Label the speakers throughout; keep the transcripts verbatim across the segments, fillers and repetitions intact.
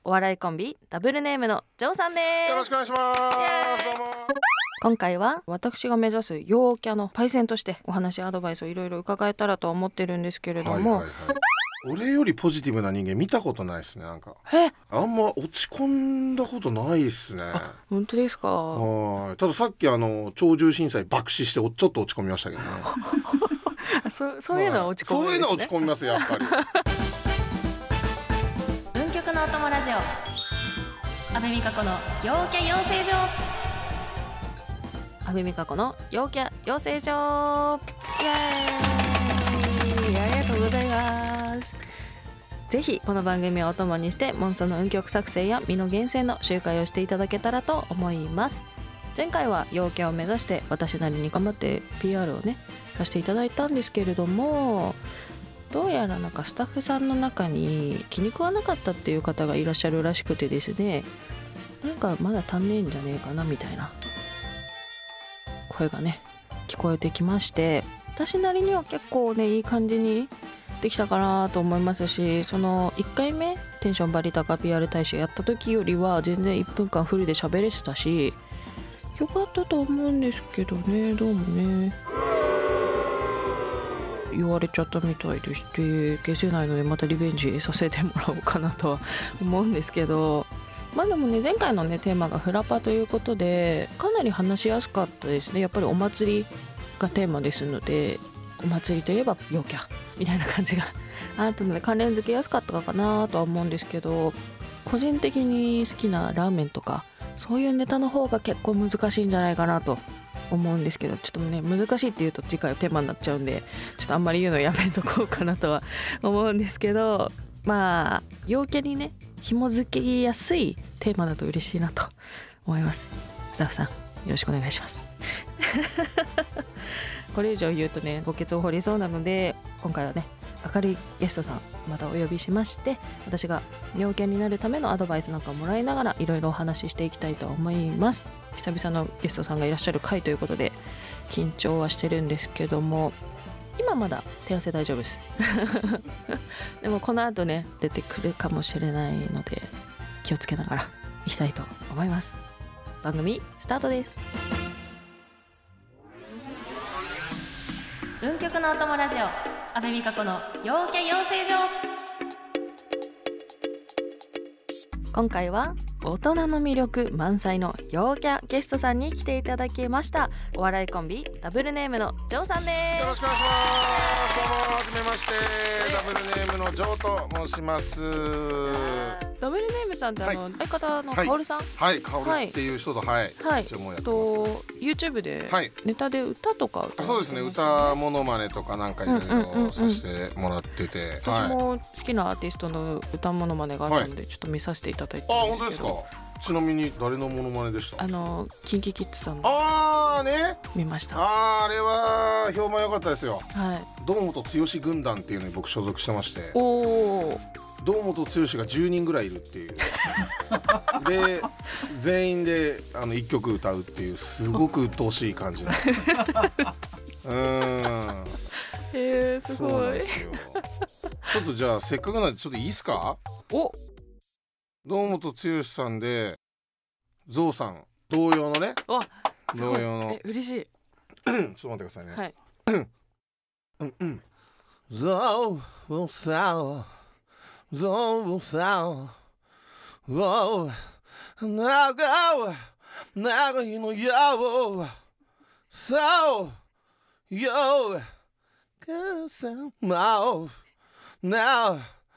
Speaker 1: お笑いコンビダブルネームのジョーさんです。
Speaker 2: よろしくお願いします。どうも。
Speaker 1: 今回は私が目指す陽キャのパイセンとしてお話アドバイスをいろいろ伺えたらと思ってるんですけれども、
Speaker 2: はいはいはい、俺よりポジティブな人間見たことないですね。なんか
Speaker 1: え
Speaker 2: あんま落ち込んだことないですね。
Speaker 1: 本当ですか？
Speaker 2: はい。たださっきあの鳥獣震災爆死しておちょっと落ち込みましたけどね。
Speaker 1: そ, そういうのは落ち込むんですね。
Speaker 2: そういうのは落ち込みますよやっぱり。
Speaker 1: 文曲のお供ラジオ、阿部美香子の陽キャ養成所。阿部美香子の陽キャ養成所、イエーイ、ありがとうございます。ぜひこの番組をお供にしてモンストの運曲作成や身の厳選の集会をしていただけたらと思います。前回は陽キャを目指して私なりに頑張って ピーアール をねさせていただいたんですけれども、どうやらなんかスタッフさんの中に気に食わなかったっていう方がいらっしゃるらしくてですね、なんかまだ足んねえんじゃねえかなみたいな声がね聞こえてきまして、私なりには結構ねいい感じにできたかなと思いますし、そのいっかいめテンションバリ高 ピーアール 大使やった時よりは全然いっぷんかんフルで喋れてたし、よかったと思うんですけどね。どうもね言われちゃったみたいでして、消せないのでまたリベンジさせてもらおうかなとは思うんですけど、まあでもね前回のねテーマがフラパということでかなり話しやすかったですね。やっぱりお祭りがテーマですので、お祭りといえば陽キャみたいな感じがあったので関連付けやすかったかなとは思うんですけど、個人的に好きなラーメンとかそういうネタの方が結構難しいんじゃないかなと思うんですけど、ちょっとね難しいって言うと次回テーマになっちゃうんでちょっとあんまり言うのやめとこうかなとは思うんですけど、まあ陽キャにね紐づけやすいテーマだと嬉しいなと思います。スタッフさんよろしくお願いします。これ以上言うとね墓穴を掘りそうなので、今回はね明るいゲストさんまたお呼びしまして、私が陽キャになるためのアドバイスなんかもらいながらいろいろお話ししていきたいと思います。久々のゲストさんがいらっしゃる回ということで緊張はしてるんですけども、今まだ手汗大丈夫です。でもこの後ね出てくるかもしれないので気をつけながらいきたいと思います。番組スタートです。文曲のお供ラジオ、阿部美香子の陽キャ養成所。今回は大人の魅力満載の陽キャゲストさんに来ていただきました。お笑いコンビダブルネームのジョーさんです。
Speaker 2: よろしくお願いします。どうもはじめまして、ダブルネームのジョーと申します。
Speaker 1: ダブルネームさんってあの、はい、相方のカオルさん、
Speaker 2: はい、カオルっていう人と、はい、
Speaker 1: はい、
Speaker 2: 一応もうやってます。
Speaker 1: と YouTube でネタで歌とか歌ってます、ね、
Speaker 2: そうですね、歌モノマネとかなんかいろいろさせてもらってて、
Speaker 1: 私も好きなアーティストの歌モノマネがあったので、はい、ちょっと見させていただいてるんですけど。あ、本当ですか。
Speaker 2: ちなみに誰のモノマネでした？
Speaker 1: あのキンキキッズさんの。
Speaker 2: あーね、
Speaker 1: 見ました。
Speaker 2: あー、あれは評判良かったですよ。
Speaker 1: はい。
Speaker 2: 堂本剛軍団っていうのに僕所属してまして、
Speaker 1: おー、堂
Speaker 2: 本剛がじゅうにんぐらいいるっていうで全員であのいっきょく歌うっていうすごく鬱陶しい感じのうーん、
Speaker 1: えー、すごい。そうなんですよ。
Speaker 2: ちょっとじゃあせっかくなんでちょっといいっすか？
Speaker 1: お、
Speaker 2: 堂本剛さんでゾウさん同様のね、同様の、
Speaker 1: え、嬉しい。
Speaker 2: ちょっと待ってくださいね。
Speaker 1: はい。
Speaker 2: うんうん。ゾウさんゾウさん、おう、長い長いのよ、そうよ、母さんも長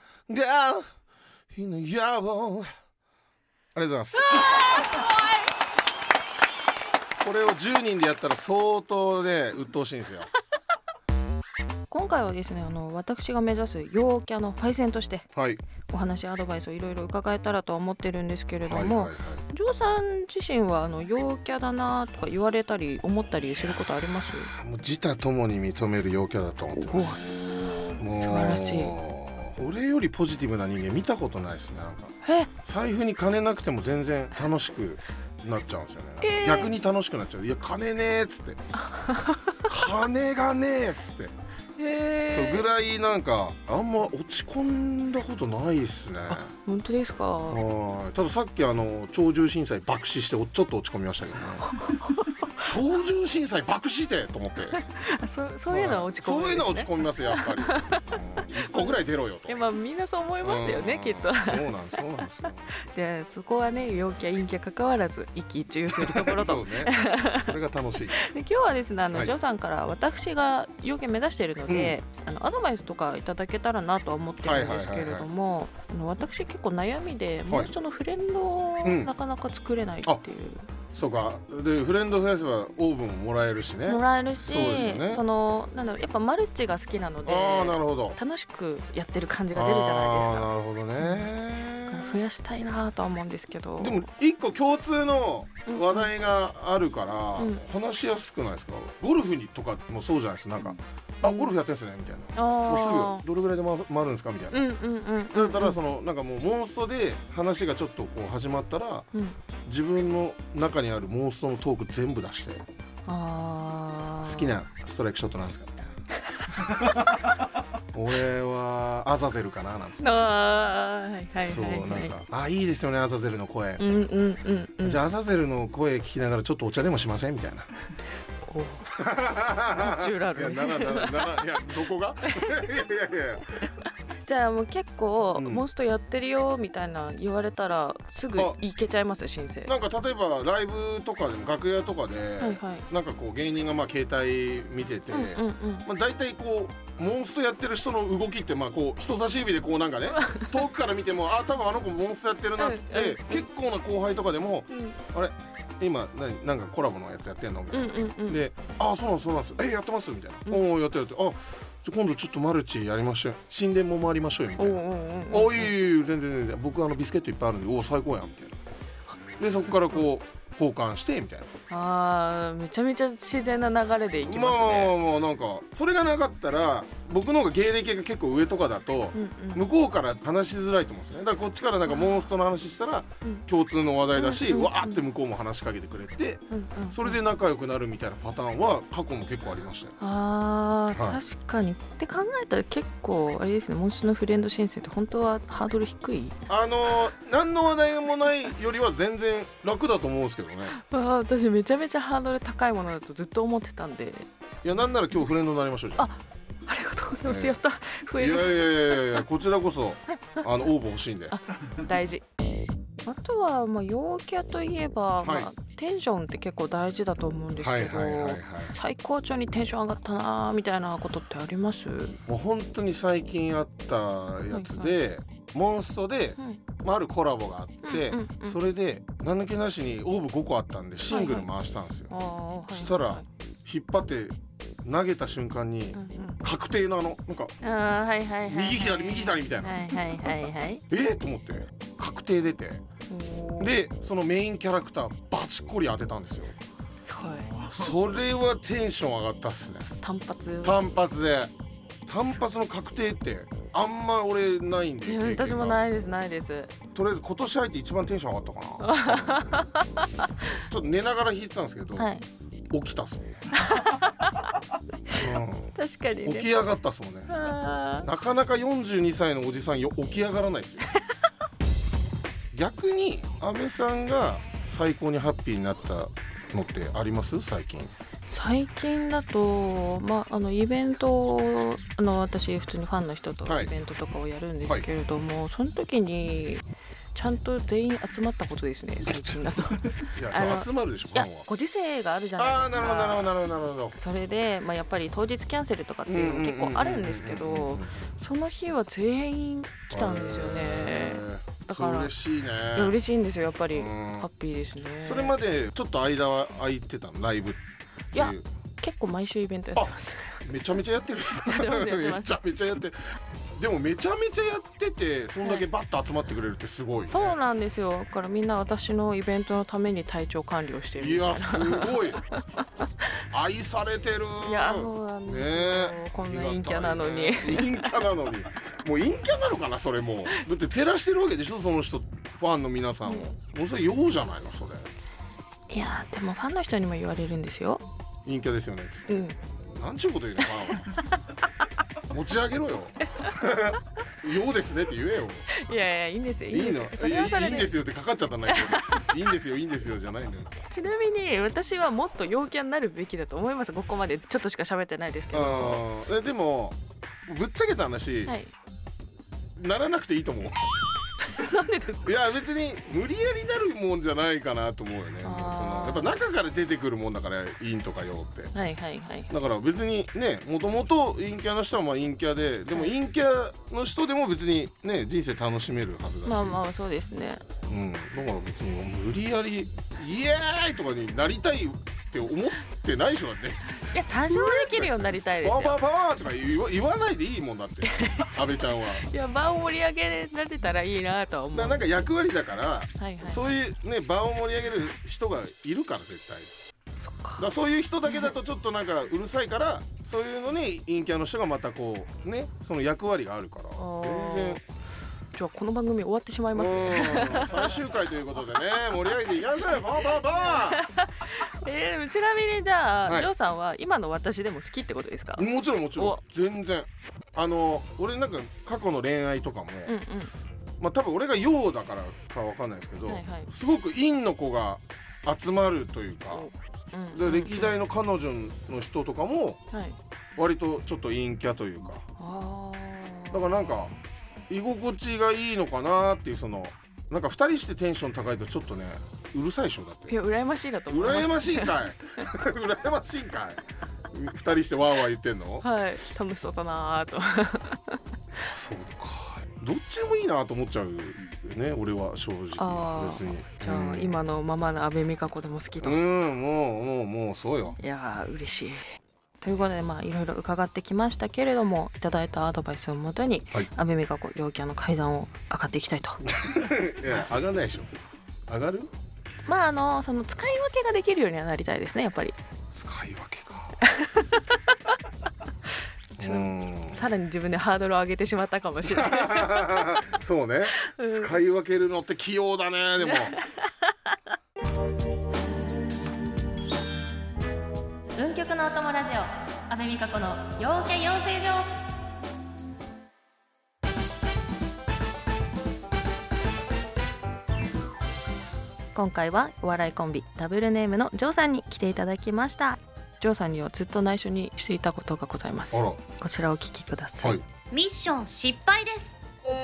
Speaker 2: いのよ。ありがとうございます。これをじゅうにんでやったら相当ね鬱陶しいんですよ。
Speaker 1: 今回はですね、あの私が目指す陽キャのパイセンとして、はい、お話アドバイスをいろいろ伺えたらと思ってるんですけれども、はいはいはい、ジョーさん自身はあの陽キャだなとか言われたり思ったりすることあります？
Speaker 2: もう自他ともに認める陽キャだと思ってます。もう
Speaker 1: 素晴らしい。
Speaker 2: 俺よりポジティブな人間見たことないですね。なんかえ財布に金なくても全然楽しくなっちゃうんですよね。えー、逆に楽しくなっちゃう。いや金ねえっつって金がねえっつって、え
Speaker 1: へ
Speaker 2: そうぐらいなんかあんま落ち込んだことないっすね。
Speaker 1: 本当ですか。
Speaker 2: はい。たださっきあの鳥獣震災爆死してちょっと落ち込みましたけどね。鳥獣震災爆死でと思って
Speaker 1: あ、そそういうのは落ち込むんですね。
Speaker 2: そういうのは落ち込みますやっぱり、うん、いっこぐらい出ろよと。
Speaker 1: いや、まあみんなそう思いますよね、きっと。
Speaker 2: そうなんそうなんですよ。
Speaker 1: でそこはね、陽キャ陰キャ関わらず一喜一憂するところと
Speaker 2: そうね、それが楽しい。
Speaker 1: で今日はですね、あの、
Speaker 2: はい、
Speaker 1: ジョーさんから私が陽キャ目指しているので、うん、あのアドバイスとかいただけたらなとは思ってるんですけれども、あの私結構悩みで、もう一度のフレンドをなかなか作れないっていう、うん、
Speaker 2: そうか。でフレンド増やせばオーブンももらえるしね。
Speaker 1: もらえるし、
Speaker 2: そうですよね。
Speaker 1: そのなんだろう、やっぱマルチが好きなので、
Speaker 2: あー、なるほど、
Speaker 1: 楽しくやってる感じが出るじゃないですか。
Speaker 2: あー、なるほどね。
Speaker 1: 増やしたいなとは思うんですけど、
Speaker 2: でも一個共通の話題があるから、
Speaker 1: うん、
Speaker 2: 話しやすくないですか。ゴルフにとかもそうじゃないですか。なんか、あ、ゴルフやってんすねみたいな、もうすぐどれぐらいで回るんですかみたいな、
Speaker 1: うんうんうん、
Speaker 2: だったらそのなんかもうモンストで話がちょっとこう始まったら、うん、自分の中にあるモンストのトーク全部出して、あ、好きなストライクショットなんですかみたいな俺はアザゼルかななんつって、あ、はいはいはい、そうなんか、あ、いいですよねアザゼルの声、うんうんうんうん、じゃあアザゼルの声聞きながらちょっとお茶でもしませんみたいな。ナチュラル。いや、ならならなら、いや、どこがいやいやいや。
Speaker 1: じゃあもう結構、うん、モンストやってるよみたいな言われたらすぐ行けちゃいますよ、申請。
Speaker 2: なんか例えばライブとかでも楽屋とかで、はいはい、なんかこう芸人がまあ携帯見てて、うんうんうん、まあ、大体こうモンストやってる人の動きってまあこう人差し指でこうなんかね遠くから見ても、あ、多分あの子モンストやってるなっつって、うんうん、結構な後輩とかでも、うん、あれ今何なんかコラボのやつやってんのみたいな、うんうんうん、で、あ、そうなんですそうなんです、え、やってますみたいな、うん、おー、やってやって、あ、今度ちょっとマルチやりましょう、神殿も回りましょうよみたいな、おー、いいいい、全然全然、僕あのビスケットいっぱいあるんで、おー、最高やんみたいな。でそこからこう交換してみたいな。
Speaker 1: あー、めちゃめちゃ自然な流れでいきますね。
Speaker 2: まあまあなんかそれがなかったら僕の方が芸歴が結構上とかだと、うんうん、向こうから話しづらいと思うんですね。だからこっちからなんかモンストの話したら共通の話題だし、うんうんうん、わーって向こうも話しかけてくれて、うんうんうん、それで仲良くなるみたいなパターンは過去も結構ありましたよ。
Speaker 1: あー、はい、確かにって考えたら結構あれですね、モンストのフレンド申請って本当はハードル低い。
Speaker 2: あのー、何の話題もないよりは全然楽だと思うんですけどね。
Speaker 1: あ、私めちゃめちゃハードル高いものだとずっと思ってたんで。
Speaker 2: いや、なんなら今日フレンドになりましょう。じゃあ、
Speaker 1: あ、ありがとうございます、えー、やった、増える。
Speaker 2: いやいやいやいや、こちらこそあの応募欲しいんで。
Speaker 1: 大事。あとはまあ陽キャといえば、はい、まあ、テンションって結構大事だと思うんですけど、はいはいはいはい、最高潮にテンション上がったなみたいなことってあります？
Speaker 2: もう本当に最近あったやつで、はいはい、モンストで、うん、まあ、あるコラボがあって、うんうんうん、それで何抜けなしにオーブごこあったんでシングル回したんですよ、はいはい、そしたら、はいはい、引っ張って投げた瞬間に、うんうん、確定のあのなんか、あ、はいはいはいはい、右左右左みたいな、はいはいはいはい、えー、と思って確定出て、でそのメインキャラクターバチコリ当てたんですよ。それはテンション上がったっすね。
Speaker 1: 単発
Speaker 2: 単発で単発の確定ってあんま俺ないんで。
Speaker 1: 私もないですないです。
Speaker 2: とりあえず今年入って一番テンション上がったかなちょっと寝ながら弾いてたんですけど、はい、起きたそう、
Speaker 1: うん、確かに、ね、
Speaker 2: 起き上がったそうね。なかなかよんじゅうにさいのおじさんよ起き上がらないですよ逆に安倍さんが最高にハッピーになったのってあります最近？
Speaker 1: 最近だと、まあ、あのイベントをあの私普通にファンの人とイベントとかをやるんですけれども、はいはい、その時にちゃんと全員集まったことですね最近だと。
Speaker 2: いや集まるでしょ。
Speaker 1: いやご時世があるじゃないですか。
Speaker 2: あー、なるほどなるほどなるほどなるほど。
Speaker 1: それで、まあ、やっぱり当日キャンセルとかっていうの結構あるんですけど、その日は全員来たんですよね。だから
Speaker 2: 嬉しいね。
Speaker 1: いや嬉しいんですよやっぱり。ハッピーですね。
Speaker 2: それまでちょっと間は空いてたのライブっていう？
Speaker 1: いや結構毎週イベントやってます。
Speaker 2: めちゃめちゃやってるめちゃめちゃやってる。でもめちゃめちゃやっててそんだけバッと集まってくれるってすごいね。
Speaker 1: そうなんですよ。だからみんな私のイベントのために体調管理をしてる。
Speaker 2: いやすごい愛されてる。
Speaker 1: いやそうなんですよ、ね、こんな陰キャなのに、ね、
Speaker 2: 陰キャなのにもう陰キャなのかなそれも。だって照らしてるわけでしょその人ファンの皆さんを、うん、もうそれ用じゃないのそれ。
Speaker 1: いやでもファンの人にも言われるんですよ。
Speaker 2: 陰キャですよねっつって、うん、なんちゅうこと言うのかな持ち上げろよようですねって言えよ。
Speaker 1: いやいやいいんですよいいんですよ。
Speaker 2: いいの
Speaker 1: それはそれで
Speaker 2: いいんですよってかかっちゃったんだけどいいんですよいいんですよじゃないのよ。
Speaker 1: ちなみに私はもっと陽キャになるべきだと思います。ここまでちょっとしか喋ってないですけど。
Speaker 2: あーえでもぶっちゃけた話、
Speaker 1: はい。
Speaker 2: ならなくていいと思う
Speaker 1: なんでですか。
Speaker 2: いや別に無理やりなるもんじゃないかなと思うよね。もうそのやっぱ中から出てくるもんだから陰とか陽って
Speaker 1: はいはいはい。
Speaker 2: だから別にねもともと陰キャの人はまあ陰キャででも陰キャの人でも別にね人生楽しめるはずだし、
Speaker 1: まあまあそうですね。
Speaker 2: うん、だから別に無理やりイエーイとかになりたいって思ってないでしょだって
Speaker 1: いや多少できるようになりたいですよ。
Speaker 2: パワーパワーとか言わ言わないでいいもんだって安倍ちゃんは。
Speaker 1: いや場を盛り上げられたらいいなとは思う。
Speaker 2: だからなんか役割だから、
Speaker 1: はいはい。
Speaker 2: そういうね場を盛り上げる人がいるから絶対。
Speaker 1: そっか。
Speaker 2: だからそういう人だけだとちょっとなんかうるさいからそういうのに陰キャの人がまたこうねその役割があるから全然。
Speaker 1: じゃあこの番組終わってしまいます。
Speaker 2: うん最終回ということでね盛り上げていきましょうよパワーパワーパワ
Speaker 1: えー、でもちなみにじゃあ、
Speaker 2: はい
Speaker 1: ジョーさんは今の私でも好きってことですか。
Speaker 2: ーもちろんもちろん
Speaker 1: お
Speaker 2: 全然あの俺なんか過去の恋愛とかも、
Speaker 1: うんうん。
Speaker 2: まあ多分俺が陽だからかわかんないですけど、
Speaker 1: はいはい
Speaker 2: すごく陰の子が集まるというか、
Speaker 1: うん
Speaker 2: で歴代の彼女の人とかも
Speaker 1: はい。
Speaker 2: 割とちょっと陰キャというか
Speaker 1: あ
Speaker 2: だからなんか居心地がいいのかなっていうそのなんかふたりしてテンション高いとちょっとねうるさいでしょだって
Speaker 1: いや羨ましいだと思います。
Speaker 2: 羨ましいんかい羨ましいんかいふたりしてワーワー言ってんの
Speaker 1: はい楽しそうだなぁと。
Speaker 2: そうかどっちでもいいなと思っちゃうよね俺は正
Speaker 1: あー
Speaker 2: 直別に
Speaker 1: じゃあ、
Speaker 2: うん
Speaker 1: 今のままの阿部美香子でも好きと。
Speaker 2: うんもうもうもうそうよ
Speaker 1: いやー嬉しい。ということでまあいろいろ伺ってきましたけれどもいただいたアドバイスをもとに、
Speaker 2: はい
Speaker 1: 阿部美香子陽キャの階段を上がっていきたいと。
Speaker 2: いや上がんないでしょ上がる
Speaker 1: まああのその使い分けができるようにはなりたいですねやっぱり。
Speaker 2: 使い分けか
Speaker 1: ちょっと
Speaker 2: うん
Speaker 1: さらに自分でハードルを上げてしまったかもしれない。
Speaker 2: そうね、
Speaker 1: うん
Speaker 2: 使い分けるのって器用だねでも
Speaker 1: 運極のお供ラジオ阿部美香子の陽キャ養成所。今回はお笑いコンビダブルネームのジョーさんに来ていただきました。ジョーさんにはずっと内緒にしていたことがございます。
Speaker 2: あら
Speaker 1: こちらをお聞きください、
Speaker 2: はい
Speaker 3: ミッション失敗です。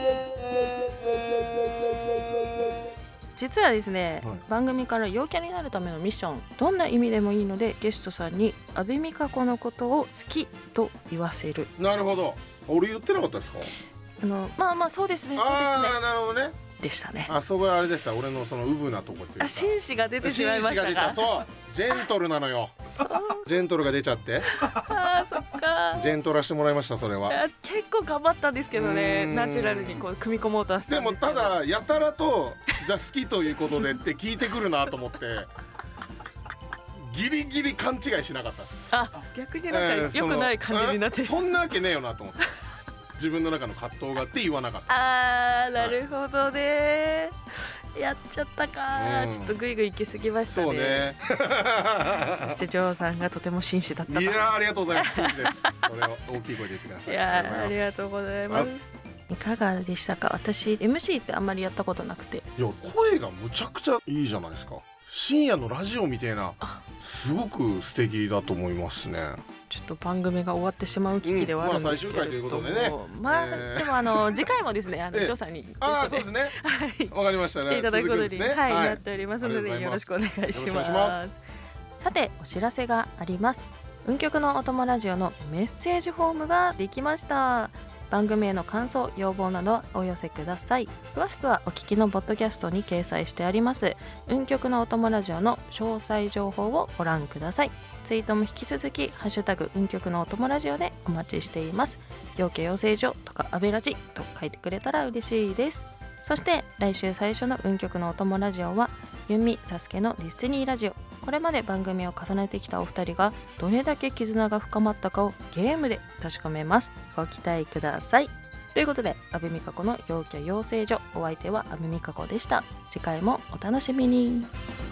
Speaker 1: 実はですね、
Speaker 2: はい
Speaker 1: 番組から陽キャになるためのミッションどんな意味でもいいのでゲストさんに阿部美香子のことを好きと言わせる。
Speaker 2: なるほど俺言ってなかったですか
Speaker 1: あのまあまあそうですねそうですね
Speaker 2: ああなるほどね
Speaker 1: でしたね。
Speaker 2: あそこはあれでした俺のそのウブなとこっていうか
Speaker 1: あ紳士が出てしまいました
Speaker 2: 紳士が
Speaker 1: が
Speaker 2: 出たそうジェントルなのよジェントルが出ちゃって
Speaker 1: あーそっか
Speaker 2: ジェントルしてもらいましたそれは。
Speaker 1: いや結構頑張ったんですけどね
Speaker 2: うーん
Speaker 1: ナチュラルにこう組み込もうとはした
Speaker 2: でも
Speaker 1: んですけど
Speaker 2: ただやたらとじゃあ好きということでって聞いてくるなと思ってギリギリ勘違いしなかったです。
Speaker 1: あ逆になんか良くない感じになってる、
Speaker 2: えーそのあそんなわけねえよなと思って自分の中の葛藤があって言わなかった。
Speaker 1: あーなるほどね、やっちゃったか、
Speaker 2: うん
Speaker 1: ちょっとグイグイ行き過ぎましたね。
Speaker 2: そうね
Speaker 1: そしてジョーさんがとても紳士だった
Speaker 2: い
Speaker 1: な。
Speaker 2: やーありがとうございます紳士ですそれを大きい声で言ってください。
Speaker 1: いやーありがとうございます。いかがでしたか。私 エムシー ってあんまりやったことなくて。
Speaker 2: いや声がむちゃくちゃいいじゃないですか。深夜のラジオみたいな
Speaker 1: あ
Speaker 2: すごく素敵だと思いますね。
Speaker 1: ちょっと番組が終わってしまう危機ではあるんですけれども、
Speaker 2: うんまあ最終回ということでね
Speaker 1: まあ、
Speaker 2: えー
Speaker 1: でもあの次回もですねあの
Speaker 2: ええ
Speaker 1: ジョーさんにゲ
Speaker 2: ああ
Speaker 1: ストで
Speaker 2: そうですね
Speaker 1: はい
Speaker 2: わかりましたね。
Speaker 1: 来ていただくことに、
Speaker 2: 続くんですね
Speaker 1: はい
Speaker 2: はい
Speaker 1: なっておりますの
Speaker 2: ありがとうございます
Speaker 1: でよろしくお願いし
Speaker 2: よろしくお願
Speaker 1: ま。
Speaker 2: いします
Speaker 1: さてお知らせがあります。運極のお供ラジオのメッセージフォームができました。番組への感想要望などお寄せください。詳しくはお聞きのポッドキャストに掲載してあります運極のお供ラジオの詳細情報をご覧ください。ツイートも引き続きハッシュタグ運極のお供ラジオでお待ちしています。陽キャ養成所とかアベラジと書いてくれたら嬉しいです。そして来週最初の運極のお供ラジオはユミサスケのディスティニーラジオ。これまで番組を重ねてきたお二人がどれだけ絆が深まったかをゲームで確かめます。ご期待ください。ということで阿部美香子の陽キャ養成所、お相手は阿部美香子でした。次回もお楽しみに。